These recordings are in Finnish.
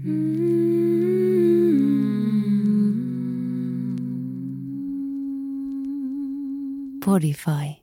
Podify.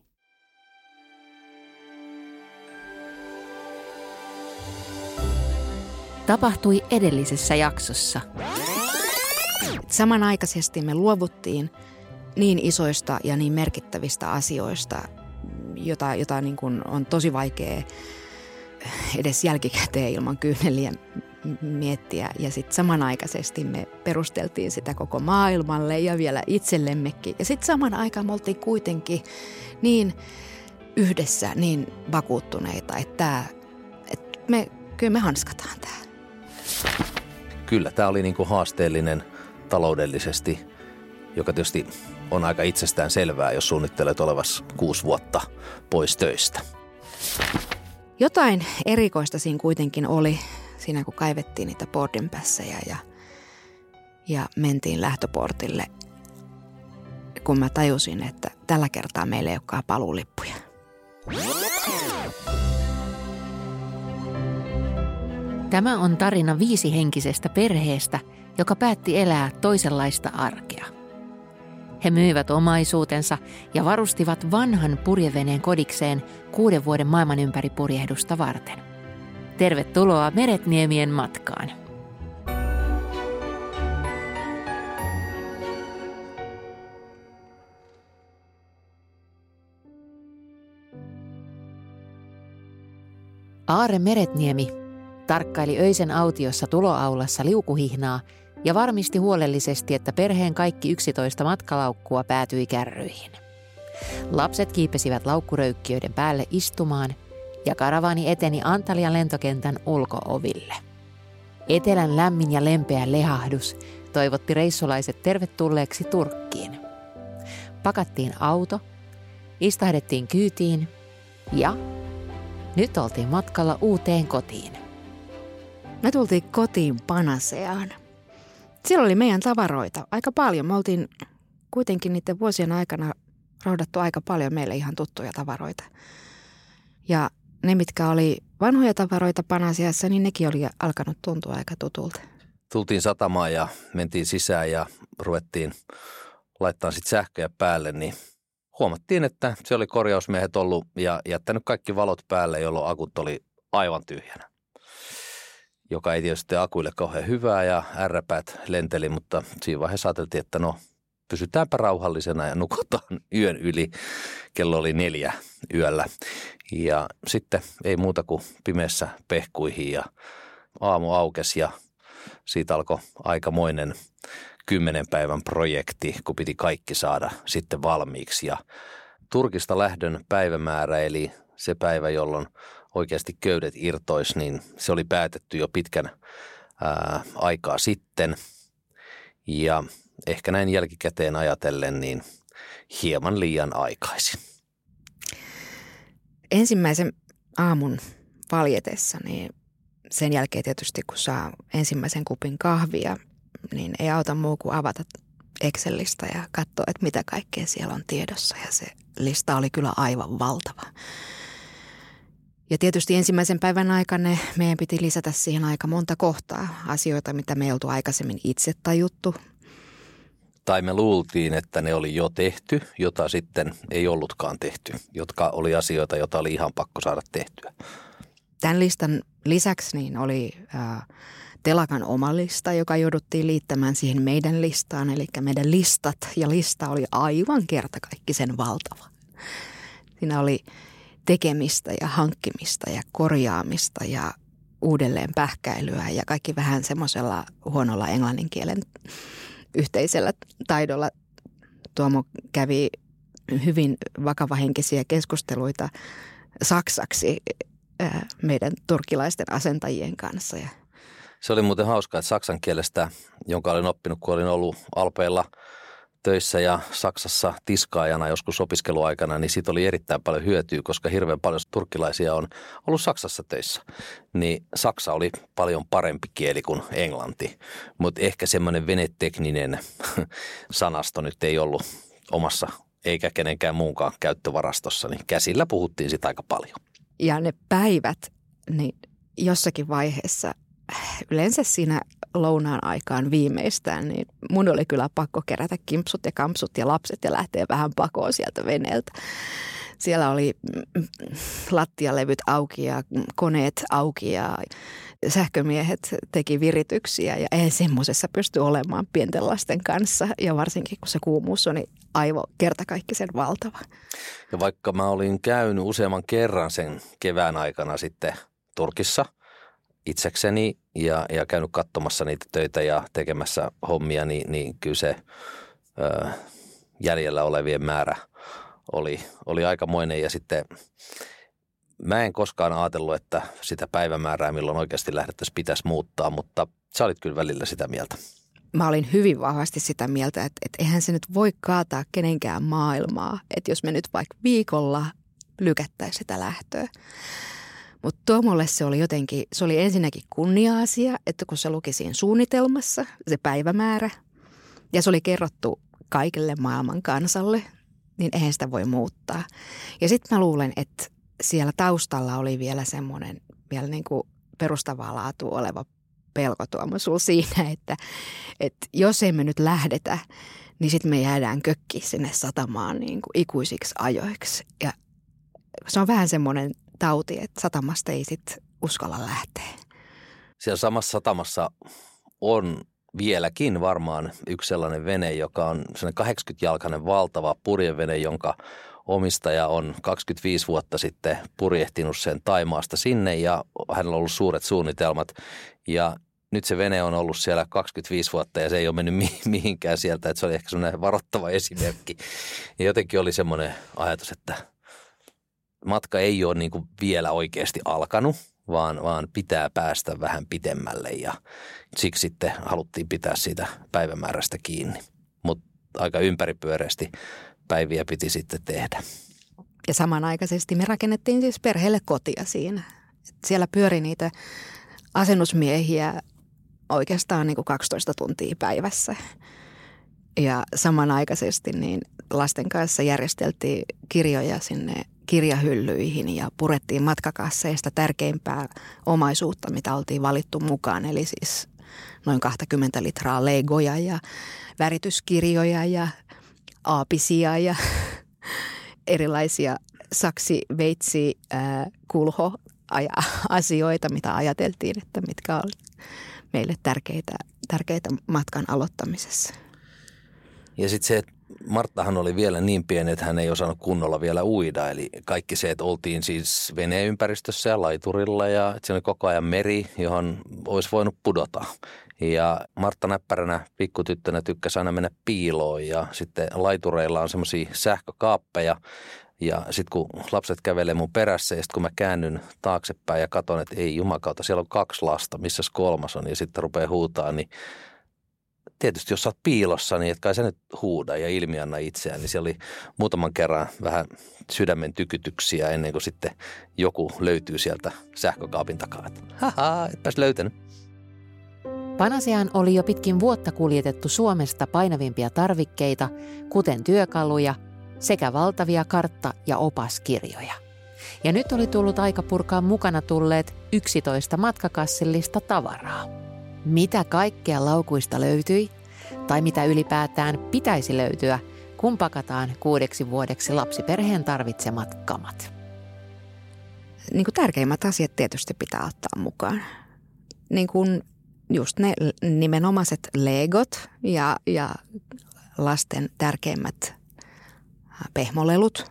Tapahtui edellisessä jaksossa. Samanaikaisesti me luovuttiin niin isoista ja niin merkittävistä asioista, jota niin kuin on tosi vaikea edes jälkikäteen ilman kyyneliä miettiä. Ja sitten samanaikaisesti me perusteltiin sitä koko maailmalle ja vielä itsellemmekin. Ja sitten saman aikaan me oltiin kuitenkin niin yhdessä, niin vakuuttuneita, että kyllä me hanskataan tämä. Kyllä, tämä oli niin kuin haasteellinen taloudellisesti, joka tietysti on aika itsestään selvää, jos suunnittelet olevas 6 vuotta pois töistä. Jotain erikoista siinä kuitenkin oli siinä, kun kaivettiin niitä boardingpassejä ja mentiin lähtöportille, kun mä tajusin, että tällä kertaa meillä ei olekaan paluulippuja. Tämä on tarina 5-henkisestä perheestä, joka päätti elää toisenlaista arkea. He myivät omaisuutensa ja varustivat vanhan purjeveneen kodikseen 6 vuoden maailmanympäripurjehdusta varten. Tervetuloa Meretniemien matkaan! Aare Meretniemi tarkkaili öisen autiossa tuloaulassa liukuhihnaa ja varmisti huolellisesti, että perheen kaikki 11 matkalaukkua päätyi kärryihin. Lapset kiipesivät laukkuröykkiöiden päälle istumaan ja karavaani eteni Antalian lentokentän ulko-oville. Etelän lämmin ja lempeä lehahdus toivotti reissulaiset tervetulleeksi Turkkiin. Pakattiin auto, istahdettiin kyytiin ja nyt oltiin matkalla uuteen kotiin. Me tultiin kotiin Panaseaan. Siellä oli meidän tavaroita aika paljon. Me oltiin kuitenkin niiden vuosien aikana roudattu aika paljon meille ihan tuttuja tavaroita. Ja ne, mitkä oli vanhoja tavaroita Panaseassa, niin nekin oli alkanut tuntua aika tutulta. Tultiin satamaan ja mentiin sisään ja ruvettiin laittaa sitten sähköjä päälle, niin huomattiin, että se oli korjausmiehet ollut ja jättänyt kaikki valot päälle, jolloin akut oli aivan tyhjänä. Joka ei tietysti akuille kauhean hyvää ja ärräpäät lenteli, mutta siinä vaiheessa ajateltiin, että no pysytäänpä rauhallisena ja nukutaan yön yli. Kello oli 4 yöllä ja sitten ei muuta kuin pimeässä pehkuihin ja aamu aukesi ja siitä alkoi aikamoinen 10 päivän projekti, kun piti kaikki saada sitten valmiiksi. Ja Turkista lähdön päivämäärä, eli se päivä, jolloin oikeasti köydet irtoisi, niin se oli päätetty jo pitkän aikaa sitten. Ja ehkä näin jälkikäteen ajatellen, niin hieman liian aikaisin. Ensimmäisen aamun valjetessa, niin sen jälkeen tietysti kun saa ensimmäisen kupin kahvia, niin ei auta muu kuin avata Excelistä ja katsoa, että mitä kaikkea siellä on tiedossa. Ja se lista oli kyllä aivan valtava. Ja tietysti ensimmäisen päivän aikana meidän piti lisätä siihen aika monta kohtaa asioita, mitä me ei oltu aikaisemmin itse tajuttu. Tai me luultiin, että ne oli jo tehty, jota sitten ei ollutkaan tehty, jotka oli asioita, joita oli ihan pakko saada tehtyä. Tämän listan lisäksi niin oli telakan oma lista, joka jouduttiin liittämään siihen meidän listaan. Eli meidän listat ja lista oli aivan kertakaikkisen valtava. Siinä oli tekemistä ja hankkimista ja korjaamista ja uudelleen pähkäilyä ja kaikki vähän semmoisella huonolla englannin kielen yhteisellä taidolla. Tuomo kävi hyvin vakavahenkisiä keskusteluita saksaksi meidän turkilaisten asentajien kanssa. Se oli muuten hauskaa, että saksan kielestä, jonka olin oppinut, kun olin ollut Alpeilla töissä ja Saksassa tiskaajana joskus opiskeluaikana, niin siitä oli erittäin paljon hyötyä, koska hirveän paljon turkkilaisia on ollut Saksassa töissä. Niin Saksa oli paljon parempi kieli kuin englanti, mutta ehkä semmoinen venetekninen sanasto nyt ei ollut omassa eikä kenenkään muunkaan käyttövarastossa, niin käsillä puhuttiin sitä aika paljon. Ja ne päivät, niin jossakin vaiheessa yleensä siinä lounaan aikaan viimeistään, niin mun oli kyllä pakko kerätä kimpsut ja kampsut ja lapset ja lähteä vähän pakoon sieltä veneeltä. Siellä oli lattialevyt auki ja koneet auki ja sähkömiehet teki virityksiä ja ei semmoisessa pysty olemaan pienten lasten kanssa. Ja varsinkin kun se kuumuus on, niin aivo kertakaikkisen valtava. Ja vaikka mä olin käynyt useamman kerran sen kevään aikana sitten Turkissa itsekseni ja käynyt katsomassa niitä töitä ja tekemässä hommia, niin kyllä se jäljellä olevien määrä oli aikamoinen. Ja sitten mä en koskaan ajatellut, että sitä päivämäärää, milloin oikeasti lähdettäisiin, pitäisi muuttaa, mutta sä olit kyllä välillä sitä mieltä. Mä olin hyvin vahvasti sitä mieltä, että eihän se nyt voi kaataa kenenkään maailmaa, että jos me nyt vaikka viikolla lykättäisiin sitä lähtöä. Mutta Tuomolle se oli ensinnäkin kunnia-asia, että kun se luki siinä suunnitelmassa, se päivämäärä, ja se oli kerrottu kaikille maailman kansalle, niin eihän sitä voi muuttaa. Ja sitten mä luulen, että siellä taustalla oli vielä semmoinen vielä niin kuin perustavaa laatua oleva pelko Tuomo sul siinä, että jos emme nyt lähdetä, niin sitten me jäädään kökki sinne satamaan niin kuin ikuisiksi ajoiksi. Ja se on vähän semmoinen tauti, että satamasta ei sitten uskalla lähteä. Siellä samassa satamassa on vieläkin varmaan yksi sellainen vene, joka on sellainen 80-jalkainen valtava purjevene, jonka omistaja on 25 vuotta sitten purjehtinut sen Thaimaasta sinne ja hänellä on ollut suuret suunnitelmat. Ja nyt se vene on ollut siellä 25 vuotta ja se ei ole mennyt mihinkään sieltä, että se oli ehkä sellainen varoittava esimerkki. Ja jotenkin oli semmoinen ajatus, että matka ei ole niin kuin vielä oikeasti alkanut, vaan pitää päästä vähän pitemmälle ja siksi sitten haluttiin pitää siitä päivämäärästä kiinni. Mutta aika ympäripyöreästi päiviä piti sitten tehdä. Ja samanaikaisesti me rakennettiin siis perheelle kotia siinä. Siellä pyöri niitä asennusmiehiä oikeastaan niin kuin 12 tuntia päivässä. Ja samanaikaisesti niin lasten kanssa järjesteltiin kirjoja sinne kirjahyllyihin ja purettiin matkakasseista tärkeimpää omaisuutta, mitä oltiin valittu mukaan. Eli siis noin 20 litraa legoja ja värityskirjoja ja aapisia ja erilaisia saksi, veitsi, kulho-asioita, mitä ajateltiin, että mitkä on meille tärkeitä matkan aloittamisessa. Ja sitten se, että Marttahan oli vielä niin pieni, että hän ei osannut kunnolla vielä uida. Eli kaikki se, että oltiin siis veneympäristössä ja laiturilla ja että siinä oli koko ajan meri, johon olisi voinut pudota. Ja Martta näppäränä pikkutyttönä tykkäsi aina mennä piiloon ja sitten laitureilla on semmoisia sähkökaappeja. Ja sitten kun lapset kävelee mun perässä ja sitten kun mä käännyn taaksepäin ja katson, että ei jumakauta, siellä on 2 lasta, missäs 3 on ja sitten rupeaa huutaa, niin tietysti jos sä oot piilossa, niin et kai sä nyt huuda ja ilmianna itseään, niin siellä oli muutaman kerran vähän sydämen tykytyksiä ennen kuin sitten joku löytyy sieltä sähkökaapin takaa. Haha, etpäs löytänyt. Panasiaan oli jo pitkin vuotta kuljetettu Suomesta painavimpia tarvikkeita, kuten työkaluja, sekä valtavia kartta- ja opaskirjoja. Ja nyt oli tullut aika purkaa mukana tulleet 11 matkakassillista tavaraa. Mitä kaikkea laukuista löytyi, tai mitä ylipäätään pitäisi löytyä, kun pakataan 6 vuodeksi lapsiperheen tarvitsemat kamat? Niin kuin tärkeimmät asiat tietysti pitää ottaa mukaan. Niin kuin just ne nimenomaiset legot ja lasten tärkeimmät pehmolelut,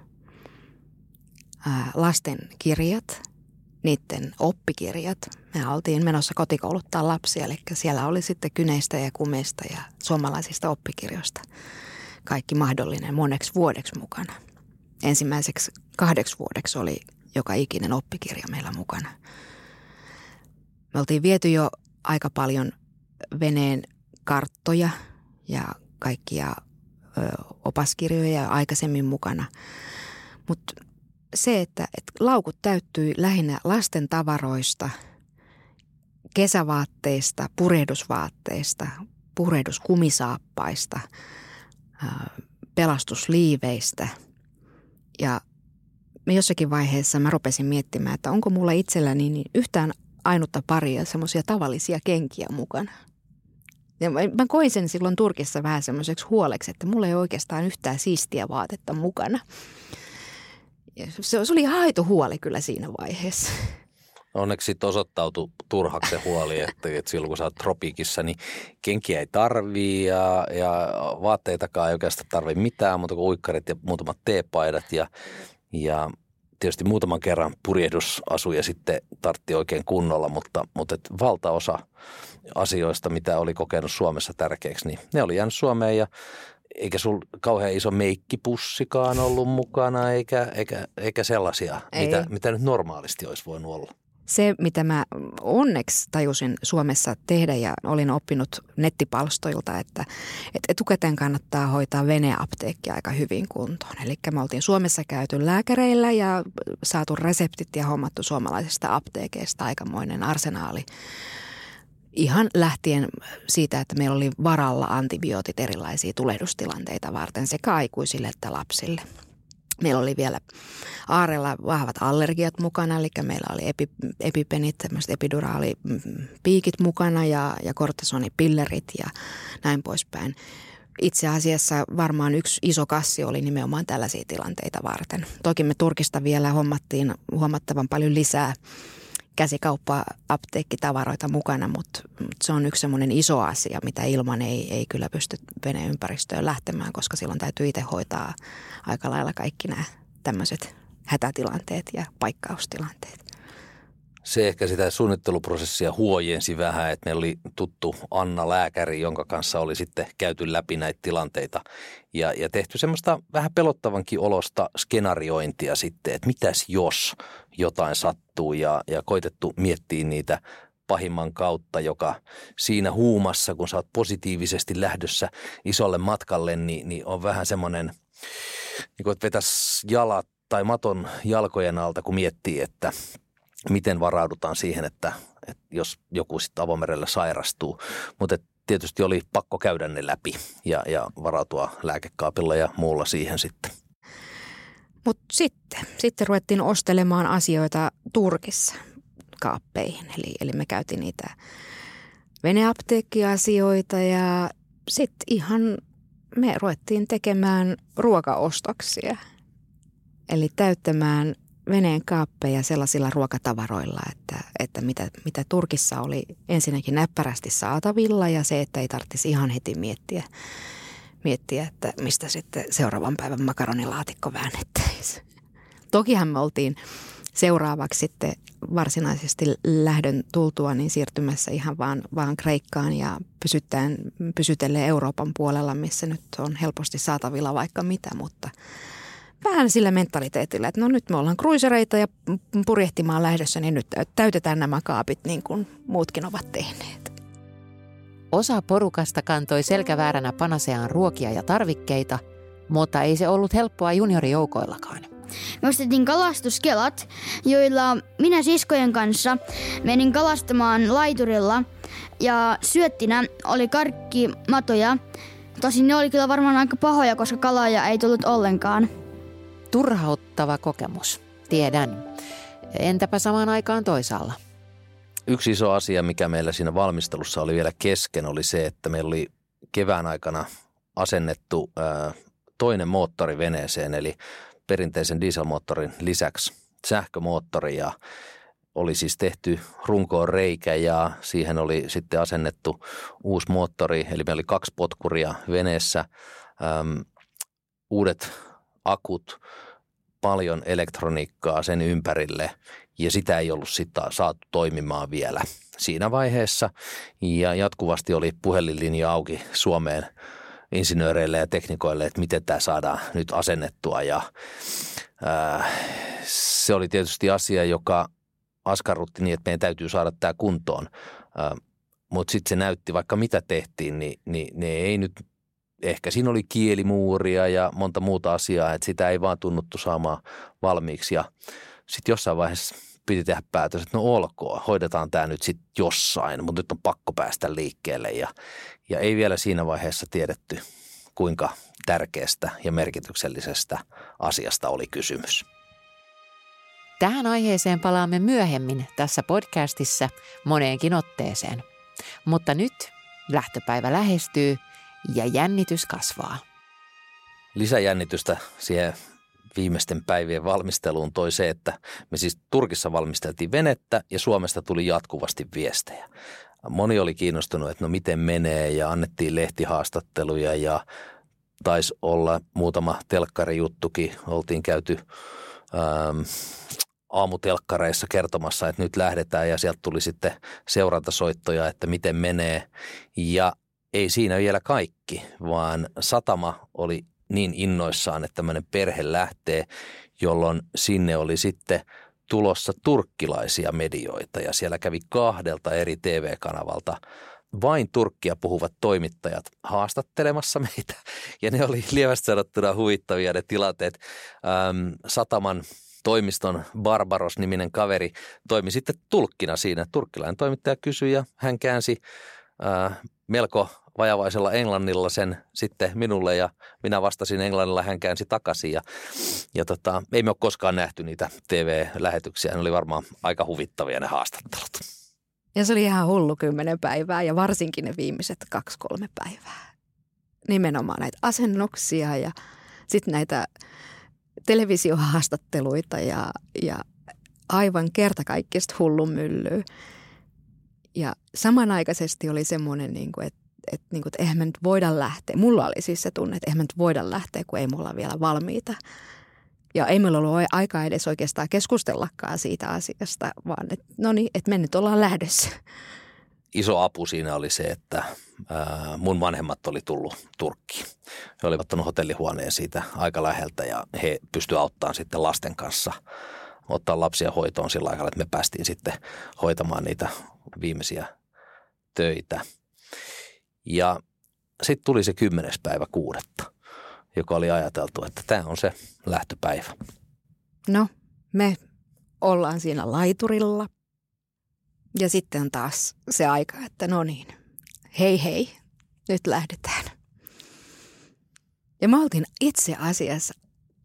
lasten kirjat, niiden oppikirjat. Me oltiin menossa kotikouluttaa lapsia, eli siellä oli sitten kyneistä ja kumeista ja suomalaisista oppikirjoista kaikki mahdollinen moneksi vuodeksi mukana. Ensimmäiseksi 2 vuodeksi oli joka ikinen oppikirja meillä mukana. Me oltiin viety jo aika paljon veneen karttoja ja kaikkia opaskirjoja aikaisemmin mukana, mutta se, että laukut täyttyi lähinnä lasten tavaroista, kesävaatteista, purehdusvaatteista, purehduskumisaappaista, pelastusliiveistä. Ja jossakin vaiheessa mä rupesin miettimään, että onko mulla itselläni niin yhtään ainutta paria semmoisia tavallisia kenkiä mukana. Ja mä koin sen silloin Turkissa vähän semmoiseksi huoleksi, että mulla ei oikeastaan yhtään siistiä vaatetta mukana. Ja se oli aito huoli kyllä siinä vaiheessa. Onneksi sitten osoittautui turhaksi se huoli, että silloin kun sä oot tropiikissa, niin kenkiä ei tarvii ja vaatteitakaan ei oikeastaan tarvii mitään, mutta kuin uikkarit ja muutamat teepaidat ja tietysti muutaman kerran purjehdusasuja sitten tartti oikein kunnolla, mutta valtaosa asioista, mitä oli kokenut Suomessa tärkeäksi, niin ne oli jäänyt Suomeen ja eikä sul kauhean iso meikkipussikaan ollut mukana eikä sellaisia, mitä nyt normaalisti olisi voinut olla. Se, mitä mä onneksi tajusin Suomessa tehdä ja olin oppinut nettipalstoilta, että etukäteen kannattaa hoitaa veneapteekki aika hyvin kuntoon. Eli me oltiin Suomessa käyty lääkäreillä ja saatu reseptit ja hommattu suomalaisesta apteekeista aikamoinen arsenaali. Ihan lähtien siitä, että meillä oli varalla antibiootit erilaisia tulehdustilanteita varten sekä aikuisille että lapsille. Meillä oli vielä aarella vahvat allergiat mukana, eli meillä oli epipenit, tämmöiset epiduraalipiikit mukana ja kortisonipillerit ja näin poispäin. Itse asiassa varmaan yksi iso kassi oli nimenomaan tällaisia tilanteita varten. Toki me Turkista vielä hommattiin huomattavan paljon lisää käsikauppa-apteekkitavaroita mukana, mutta se on yksi semmoinen iso asia, mitä ilman ei kyllä pysty veneen ympäristöön lähtemään, koska silloin täytyy itse hoitaa aika lailla kaikki nämä tämmöiset hätätilanteet ja paikkaustilanteet. Se ehkä sitä suunnitteluprosessia huojensi vähän, että meillä oli tuttu Anna lääkäri, jonka kanssa oli sitten käyty läpi näitä tilanteita ja tehty semmoista vähän pelottavankin olosta skenaariointia sitten, että mitäs jos jotain sattuu ja koitettu miettiä niitä pahimman kautta, joka siinä huumassa, kun sä oot positiivisesti lähdössä isolle matkalle, niin on vähän semmoinen, niin kuin että vetäisi jalat tai maton jalkojen alta, kun miettii, että miten varaudutaan siihen, että jos joku sitten avomerellä sairastuu. Mutta tietysti oli pakko käydä ne läpi ja varautua lääkekaapilla ja muulla siihen sitten. Mutta sitten ruvettiin ostelemaan asioita Turkissa kaappeihin. Eli me käytiin niitä veneapteekkiasioita ja sitten ihan me ruvettiin tekemään ruokaostoksia. Eli täyttämään veneen kaappeja sellaisilla ruokatavaroilla, että mitä Turkissa oli ensinnäkin näppärästi saatavilla ja se, että ei tarvitsisi ihan heti miettiä, että mistä sitten seuraavan päivän makaronilaatikko väännettäisiin. Tokihan me oltiin seuraavaksi sitten varsinaisesti lähdön tultua niin siirtymässä ihan vaan Kreikkaan ja pysytellen Euroopan puolella, missä nyt on helposti saatavilla vaikka mitä, mutta vähän sillä mentaliteetillä, että no nyt me ollaan kruisereita ja purjehtimaan lähdössä, niin nyt täytetään nämä kaapit niin kuin muutkin ovat tehneet. Osa porukasta kantoi selkävääränä Panaseaan ruokia ja tarvikkeita, mutta ei se ollut helppoa juniorijoukoillakaan. Me ostettiin kalastuskelat, joilla minä siskojen kanssa menin kalastamaan laiturilla ja syöttinä oli karkkimatoja. Tosin ne oli kyllä varmaan aika pahoja, koska kaloja ei tullut ollenkaan. Turhauttava kokemus, tiedän. Entäpä samaan aikaan toisaalla? Yksi iso asia, mikä meillä siinä valmistelussa oli vielä kesken, oli se, että meillä oli kevään aikana asennettu toinen moottori veneeseen, eli perinteisen dieselmoottorin lisäksi sähkömoottori ja oli siis tehty runkoon reikä ja siihen oli sitten asennettu uusi moottori, eli meillä oli 2 potkuria veneessä, uudet akut, paljon elektroniikkaa sen ympärille ja sitä ei ollut sitten saatu toimimaan vielä siinä vaiheessa ja jatkuvasti oli puhelinlinja auki Suomeen insinööreille ja teknikoille, että miten tämä saadaan nyt asennettua ja se oli tietysti asia, joka askarrutti niin, että meidän täytyy saada tämä kuntoon, mutta sitten se näytti, vaikka mitä tehtiin, niin ne ei nyt, ehkä siinä oli kielimuuria ja monta muuta asiaa, että sitä ei vaan tunnuttu saamaan valmiiksi ja sitten jossain vaiheessa piti tehdä päätös, että no olkoon, hoidetaan tämä nyt sitten jossain, mutta nyt on pakko päästä liikkeelle ja ei vielä siinä vaiheessa tiedetty, kuinka tärkeästä ja merkityksellisestä asiasta oli kysymys. Tähän aiheeseen palaamme myöhemmin tässä podcastissa moneenkin otteeseen. Mutta nyt lähtöpäivä lähestyy ja jännitys kasvaa. Lisäjännitystä siihen viimeisten päivien valmisteluun toi se, että me siis Turkissa valmisteltiin venettä ja Suomesta tuli jatkuvasti viestejä. Moni oli kiinnostunut, että no miten menee ja annettiin lehtihaastatteluja ja taisi olla muutama telkkarijuttukin. Oltiin käyty aamutelkkareissa kertomassa, että nyt lähdetään ja sieltä tuli sitten seurantasoittoja, että miten menee. Ja ei siinä vielä kaikki, vaan satama oli niin innoissaan, että tämmöinen perhe lähtee, jolloin sinne oli sitten tulossa turkkilaisia medioita ja siellä kävi 2 eri TV-kanavalta vain turkkia puhuvat toimittajat haastattelemassa meitä. Ja ne oli lievästi sanottuna huvittavia ne tilanteet. Sataman toimiston Barbaros-niminen kaveri toimi sitten tulkkina siinä. Turkkilainen toimittaja kysyi ja hän käänsi melko vajavaisella englannilla sen sitten minulle ja minä vastasin englannilla, hän käänsi takaisin ja ei me ole koskaan nähty niitä TV-lähetyksiä. Ne oli varmaan aika huvittavia ne haastattelut. Ja se oli ihan hullu 10 päivää ja varsinkin ne viimeiset 2-3 päivää. Nimenomaan näitä asennuksia ja sitten näitä televisiohaastatteluita ja aivan kertakaikkista hullunmyllyä. Ja samanaikaisesti oli semmoinen, että eihän me nyt voida lähteä. Mulla oli siis se tunne, että eihän me nyt voida lähteä, kun ei me olla vielä valmiita. Ja ei meillä ollut aikaa edes oikeastaan keskustellakaan siitä asiasta, vaan että me nyt ollaan lähdössä. Iso apu siinä oli se, että mun vanhemmat oli tullut Turkkiin. He olivat ottanut hotellihuoneen siitä aika läheltä ja he pystyivät auttamaan sitten lasten kanssa ottaa lapsia hoitoon sillä aikalla, että me päästiin sitten hoitamaan niitä viimeisiä töitä. Ja sitten tuli se 10.6., joka oli ajateltu, että tämä on se lähtöpäivä. No, me ollaan siinä laiturilla ja sitten on taas se aika, että no niin, hei, nyt lähdetään. Ja me oltiin itse asiassa,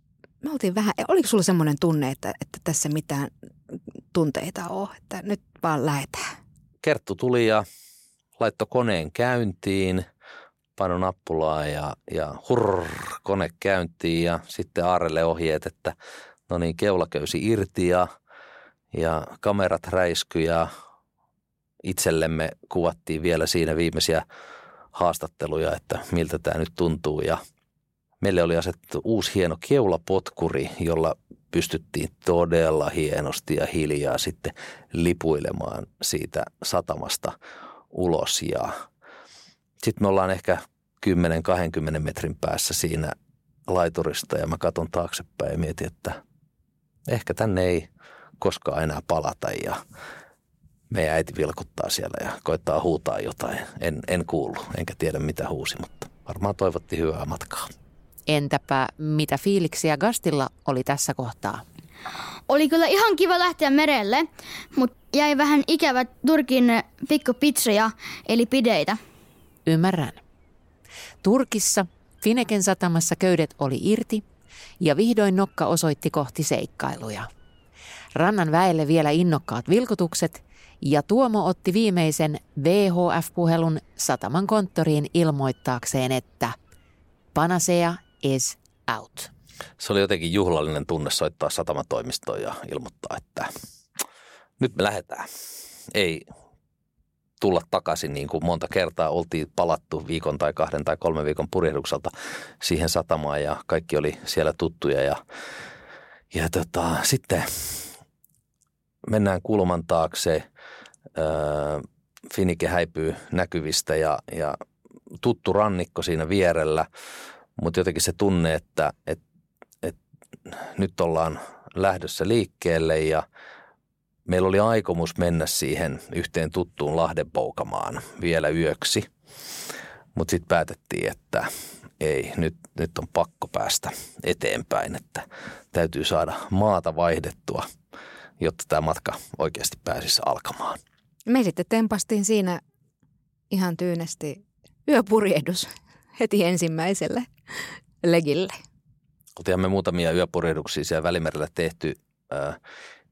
oliko sulla semmoinen tunne, että tässä mitään tunteita on, että nyt vaan lähdetään? Kerttu tuli ja laittoi koneen käyntiin, painoi nappulaa ja kone käyntiin ja sitten Aarelle ohjeet, että no niin, keulaköysi irti ja kamerat räiskyi ja itsellemme kuvattiin vielä siinä viimeisiä haastatteluja, että miltä tämä nyt tuntuu ja meille oli asetettu uusi hieno keulapotkuri, jolla pystyttiin todella hienosti ja hiljaa sitten lipuilemaan siitä satamasta ulos ja sitten me ollaan ehkä 10-20 metrin päässä siinä laiturista ja mä katson taaksepäin ja mietin, että ehkä tänne ei koskaan enää palata ja meidän äiti vilkuttaa siellä ja koittaa huutaa jotain. En kuullut, enkä tiedä mitä huusi, mutta varmaan toivottiin hyvää matkaa. Entäpä mitä fiiliksiä Gastilla oli tässä kohtaa? Oli kyllä ihan kiva lähteä merelle, mutta jäi vähän ikävä Turkin pikkupitsoja eli pideitä. Ymmärrän. Turkissa Fineken satamassa köydet oli irti ja vihdoin nokka osoitti kohti seikkailuja. Rannan väelle vielä innokkaat vilkutukset ja Tuomo otti viimeisen VHF-puhelun sataman konttoriin ilmoittaakseen, että Panacea is out. Se oli jotenkin juhlallinen tunne soittaa satamatoimistoon ja ilmoittaa, että nyt me lähdetään. Ei tulla takaisin niin kuin monta kertaa oltiin palattu viikon tai 2 tai 3 viikon purjehdukselta siihen satamaan ja kaikki oli siellä tuttuja ja sitten mennään kulman taakse, Finike häipyy näkyvistä ja tuttu rannikko siinä vierellä, mutta jotenkin se tunne, että nyt ollaan lähdössä liikkeelle ja meillä oli aikomus mennä siihen yhteen tuttuun Lahdenpoukamaan vielä yöksi, mutta sitten päätettiin, että ei, nyt on pakko päästä eteenpäin, että täytyy saada maata vaihdettua, jotta tämä matka oikeasti pääsisi alkamaan. Me sitten tempastiin siinä ihan tyynesti yöpurjehdus heti ensimmäiselle legille. Oltiinhan me muutamia yöpurjehduksia siellä Välimerellä tehty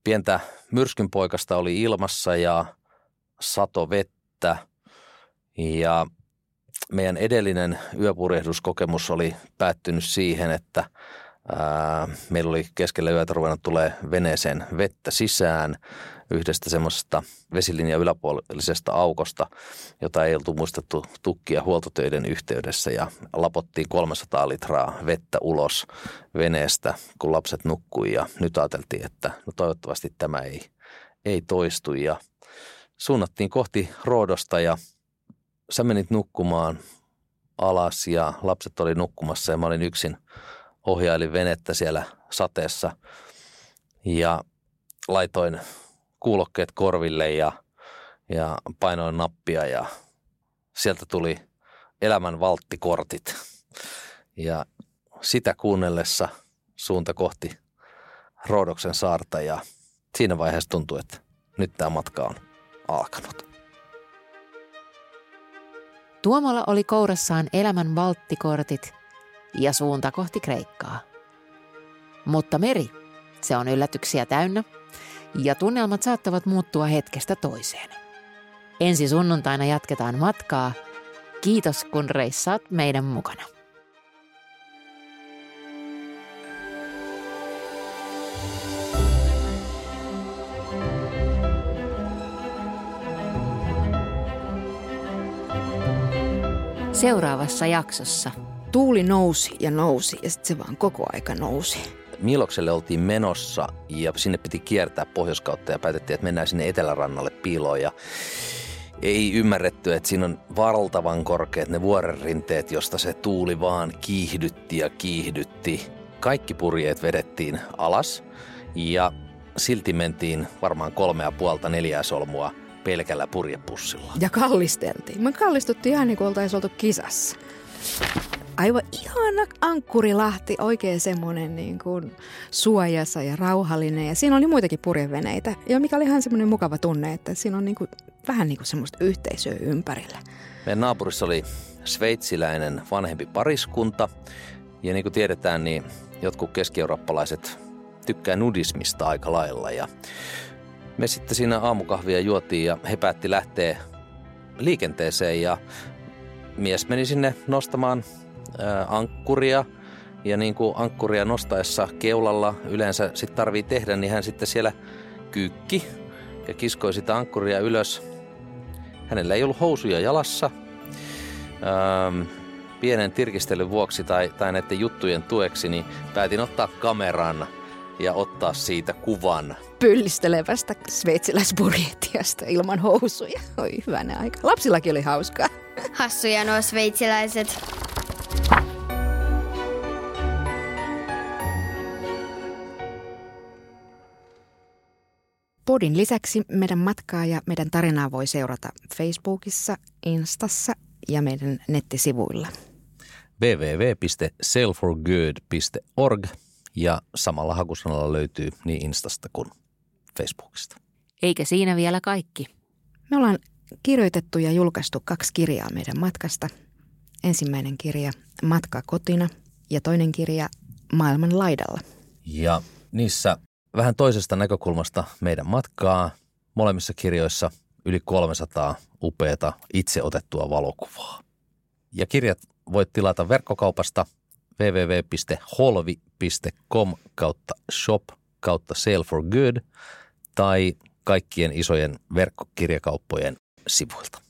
Pientä myrskynpoikasta oli ilmassa ja sato vettä ja meidän edellinen yöpurjehduskokemus oli päättynyt siihen, että meillä oli keskellä yötä ruvennut tulee veneeseen vettä sisään yhdestä semmoisesta vesilinjan yläpuolisesta aukosta, jota ei oltu muistettu tukkia huoltotöiden yhteydessä ja lapottiin 300 litraa vettä ulos veneestä, kun lapset nukkui ja nyt ajateltiin, että no toivottavasti tämä ei toistu ja suunnattiin kohti Roodosta ja sä menit nukkumaan alas ja lapset oli nukkumassa ja mä olin yksin ohjailin venettä siellä sateessa ja laitoin kuulokkeet korville ja painoin nappia ja sieltä tuli elämän valttikortit. Ja sitä kuunnellessa suunta kohti Roodoksen saarta ja siinä vaiheessa tuntui, että nyt tämä matka on alkanut. Tuomolla oli kourassaan elämän valttikortit ja suunta kohti Kreikkaa. Mutta meri, se on yllätyksiä täynnä ja tunnelmat saattavat muuttua hetkestä toiseen. Ensi sunnuntaina jatketaan matkaa. Kiitos kun reissaat meidän mukana. Seuraavassa jaksossa. Tuuli nousi ja sitten se vaan koko aika nousi. Milokselle oltiin menossa ja sinne piti kiertää pohjoiskautta ja päätettiin, että mennään sinne etelärannalle piiloon ja ei ymmärretty, että siinä on valtavan korkeat ne vuorenrinteet, josta se tuuli vaan kiihdytti ja kiihdytti. Kaikki purjeet vedettiin alas ja silti mentiin varmaan 3,5-4 solmua pelkällä purjepussilla. Ja kallisteltiin. Me kallistuttiin ihan niin kuin oltaisiin oltu kisassa. Aivan ihana ankkurilahti, oikein semmoinen niin kuin suojassa ja rauhallinen. Ja siinä oli muitakin purjeveneitä, ja mikä oli ihan semmoinen mukava tunne, että siinä on niin kuin, vähän niin kuin semmoista yhteisöä ympärillä. Meidän naapurissa oli sveitsiläinen vanhempi pariskunta. Ja niin kuin tiedetään, niin jotkut keski-eurooppalaiset tykkää nudismista aika lailla. Ja me sitten siinä aamukahvia juotiin ja he päätti lähteä liikenteeseen ja mies meni sinne nostamaan ankkuria ja niin kuin ankkuria nostaessa keulalla yleensä sit tarvii tehdä, niin hän sitten siellä kyykki ja kiskoi sitä ankkuria ylös. Hänellä ei ollut housuja jalassa. Pienen tirkistelyn vuoksi tai näiden juttujen tueksi, niin päätin ottaa kameran ja ottaa siitä kuvan. Pyllistelevästä sveitsiläispurjehtijasta ilman housuja. Oi hyvänä aika. Lapsillakin oli hauskaa. Hassuja nuo sveitsiläiset. Podin lisäksi meidän matkaa ja meidän tarinaa voi seurata Facebookissa, Instassa ja meidän nettisivuilla. www.sailforgood.org ja samalla hakusanalla löytyy niin Instasta kuin Facebookista. Eikä siinä vielä kaikki. Me ollaan kirjoitettu ja julkaistu 2 kirjaa meidän matkasta. Ensimmäinen kirja Matka kotina ja toinen kirja Maailman laidalla. Ja niissä vähän toisesta näkökulmasta meidän matkaa. Molemmissa kirjoissa yli 300 upeata itse otettua valokuvaa. Ja kirjat voit tilata verkkokaupasta www.holvi.com/shop/sail for good tai kaikkien isojen verkkokirjakauppojen sivuilta.